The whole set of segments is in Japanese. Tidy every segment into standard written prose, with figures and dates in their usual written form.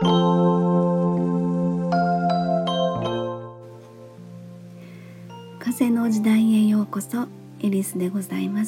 風の時代へようこそ。エリスでございます。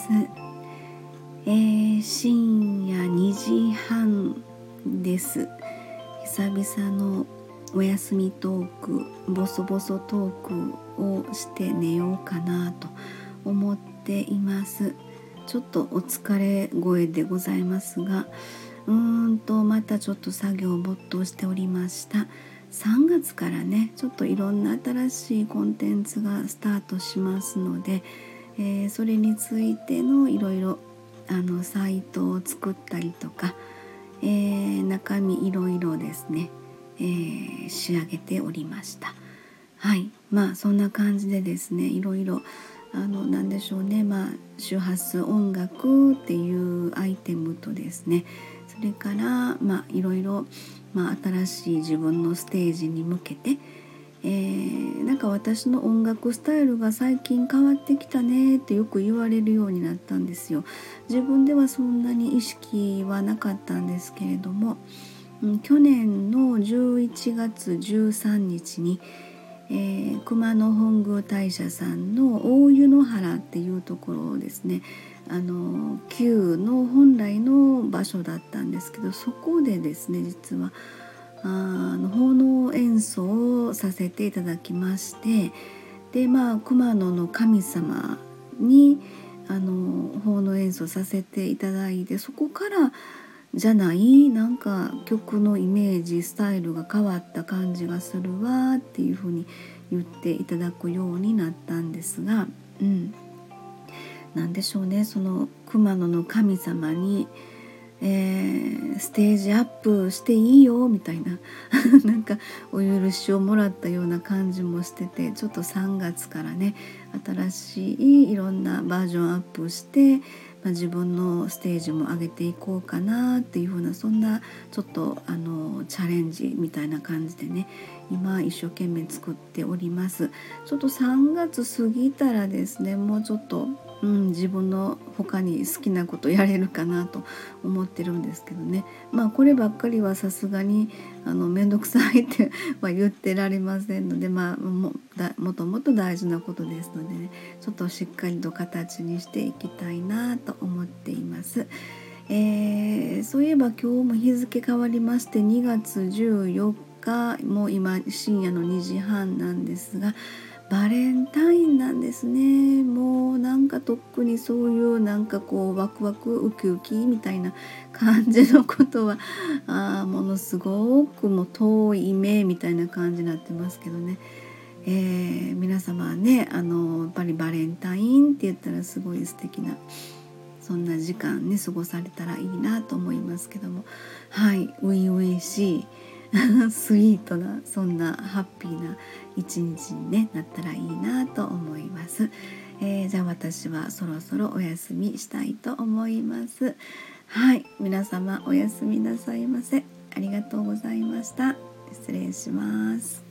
深夜2時半です。久々のお休みトーク、ボソボソトークをして寝ようかなと思っています。ちょっとお疲れ声でございますが、またちょっと作業を没頭しておりました。3月からね、ちょっといろんな新しいコンテンツがスタートしますので、それについてのいろいろサイトを作ったりとか、中身いろいろですね、仕上げておりました。はい、そんな感じでですね、いろいろなんでしょうね、周波数音楽っていうアイテムとですね、それからいろいろ新しい自分のステージに向けて、なんか私の音楽スタイルが最近変わってきたねってよく言われるようになったんですよ。自分ではそんなに意識はなかったんですけれども、去年の11月13日に、熊野本宮大社さんの大湯の原っていうところですね、旧の本来の場所だったんですけど、そこでですね、実は奉納演奏をさせていただきまして、で熊野の神様に奉納演奏させていただいて、そこからじゃないなんか曲のイメージスタイルが変わった感じがするわっていうふうに言っていただくようになったんですが、なんでしょうね、その熊野の神様にステージアップしていいよみたいななんかお許しをもらったような感じもしてて、ちょっと3月からね、新しいいろんなバージョンアップして、自分のステージも上げていこうかなっていう風な、そんなちょっとチャレンジみたいな感じでね、今一生懸命作っております。ちょっと3月過ぎたらですね、もうちょっと自分の他に好きなことやれるかなと思ってるんですけどね。こればっかりはさすがにめんどくさいっては言ってられませんので、もともと大事なことですのでね、ちょっとしっかりと形にしていきたいなと思っています。そういえば今日も日付変わりまして2月14日、もう今深夜の2時半なんですが、バレンタインなんですね。もうなんかとっくにそういうなんかこうワクワクウキウキみたいな感じのことはものすごくもう遠い夢みたいな感じになってますけどね。皆様はね、やっぱりバレンタインって言ったらすごい素敵なそんな時間ね過ごされたらいいなと思いますけども、はい、初々しいスイートなそんなハッピーな一日に、なったらいいなと思います。じゃあ私はそろそろお休みしたいと思います。はい、皆様おやすみなさいませ。ありがとうございました。失礼します。